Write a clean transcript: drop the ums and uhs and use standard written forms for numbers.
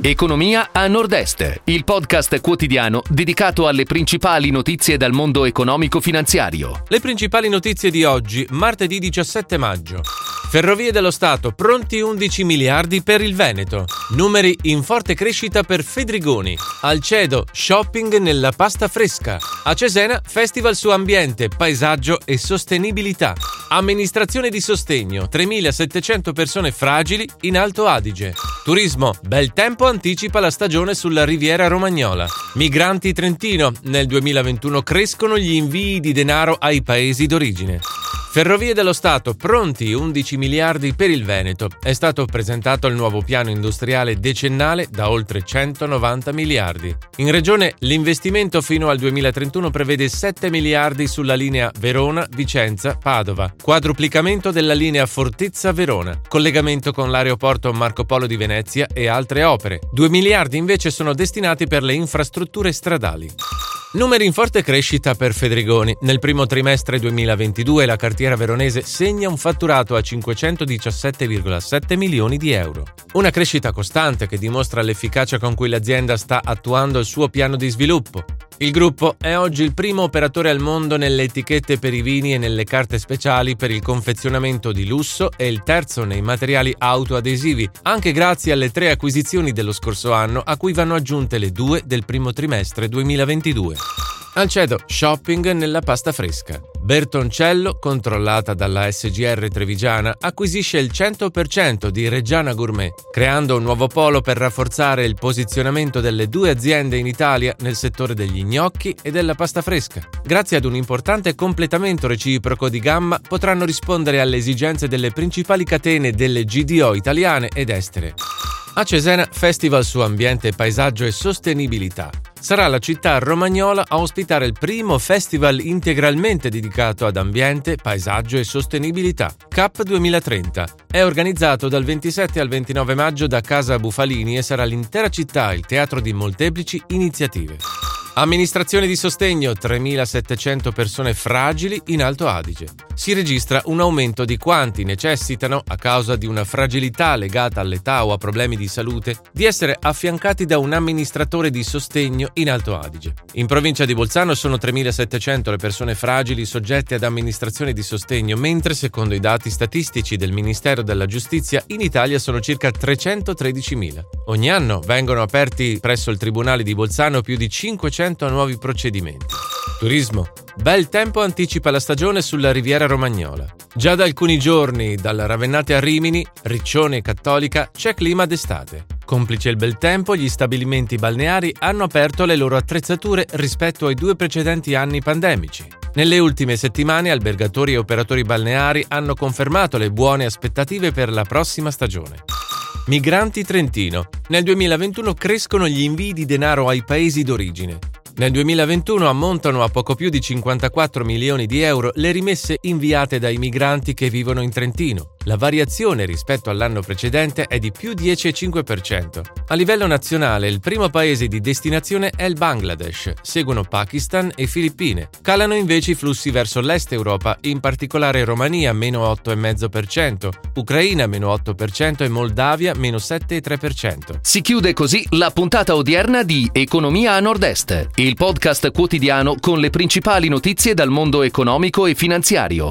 Economia a Nord-Est, il podcast quotidiano dedicato alle principali notizie dal mondo economico-finanziario. Le principali notizie di oggi, martedì 17 maggio. Ferrovie dello Stato, pronti 11 miliardi per il Veneto. Numeri in forte crescita per Fedrigoni. Alcedo, shopping nella pasta fresca. A Cesena, festival su ambiente, paesaggio e sostenibilità. Amministrazione di sostegno, 3.700 persone fragili in Alto Adige. Turismo, bel tempo anticipa la stagione sulla Riviera Romagnola. Migranti Trentino, nel 2021 crescono gli invii di denaro ai paesi d'origine. Ferrovie dello Stato, pronti 11 miliardi per il Veneto. È stato presentato il nuovo piano industriale decennale da oltre 190 miliardi. In regione l'investimento fino al 2031 prevede 7 miliardi sulla linea Verona-Vicenza-Padova, quadruplicamento della linea Fortezza-Verona, collegamento con l'aeroporto Marco Polo di Venezia e altre opere. 2 miliardi invece sono destinati per le infrastrutture stradali. Numeri in forte crescita per Fedrigoni. Nel primo trimestre 2022 la cartiera veronese segna un fatturato a 517,7 milioni di euro. Una crescita costante che dimostra l'efficacia con cui l'azienda sta attuando il suo piano di sviluppo. Il gruppo è oggi il primo operatore al mondo nelle etichette per i vini e nelle carte speciali per il confezionamento di lusso e il terzo nei materiali autoadesivi, anche grazie alle 3 acquisizioni dello scorso anno a cui vanno aggiunte le 2 del primo trimestre 2022. Alcedo, shopping nella pasta fresca. Bertoncello, controllata dalla SGR Trevigiana, acquisisce il 100% di Reggiana Gourmet, creando un nuovo polo per rafforzare il posizionamento delle 2 aziende in Italia nel settore degli gnocchi e della pasta fresca. Grazie ad un importante completamento reciproco di gamma, potranno rispondere alle esigenze delle principali catene delle GDO italiane ed estere. A Cesena, festival su ambiente, paesaggio e sostenibilità. Sarà la città romagnola a ospitare il primo festival integralmente dedicato ad ambiente, paesaggio e sostenibilità, CAP 2030. È organizzato dal 27 al 29 maggio da Casa Bufalini e sarà l'intera città il teatro di molteplici iniziative. Amministrazione di sostegno, 3.700 persone fragili in Alto Adige. Si registra un aumento di quanti necessitano, a causa di una fragilità legata all'età o a problemi di salute, di essere affiancati da un amministratore di sostegno in Alto Adige. In provincia di Bolzano sono 3.700 le persone fragili soggette ad amministrazione di sostegno, mentre secondo i dati statistici del Ministero della Giustizia in Italia sono circa 313.000. Ogni anno vengono aperti presso il Tribunale di Bolzano più di 500 nuovi procedimenti. Turismo. Bel tempo anticipa la stagione sulla Riviera Romagnola. Già da alcuni giorni, dalla Ravennate a Rimini, Riccione e Cattolica, c'è clima d'estate. Complice il bel tempo, gli stabilimenti balneari hanno aperto le loro attrezzature rispetto ai 2 precedenti anni pandemici. Nelle ultime settimane, albergatori e operatori balneari hanno confermato le buone aspettative per la prossima stagione. Migranti Trentino. Nel 2021 crescono gli invii di denaro ai paesi d'origine. Nel 2021 ammontano a poco più di 54 milioni di euro le rimesse inviate dai migranti che vivono in Trentino. La variazione rispetto all'anno precedente è di più 10,5%. A livello nazionale, il primo paese di destinazione è il Bangladesh, seguono Pakistan e Filippine. Calano invece i flussi verso l'est Europa, in particolare Romania meno 8,5%, Ucraina meno 8% e Moldavia meno 7,3%. Si chiude così la puntata odierna di Economia a Nord-Est, il podcast quotidiano con le principali notizie dal mondo economico e finanziario.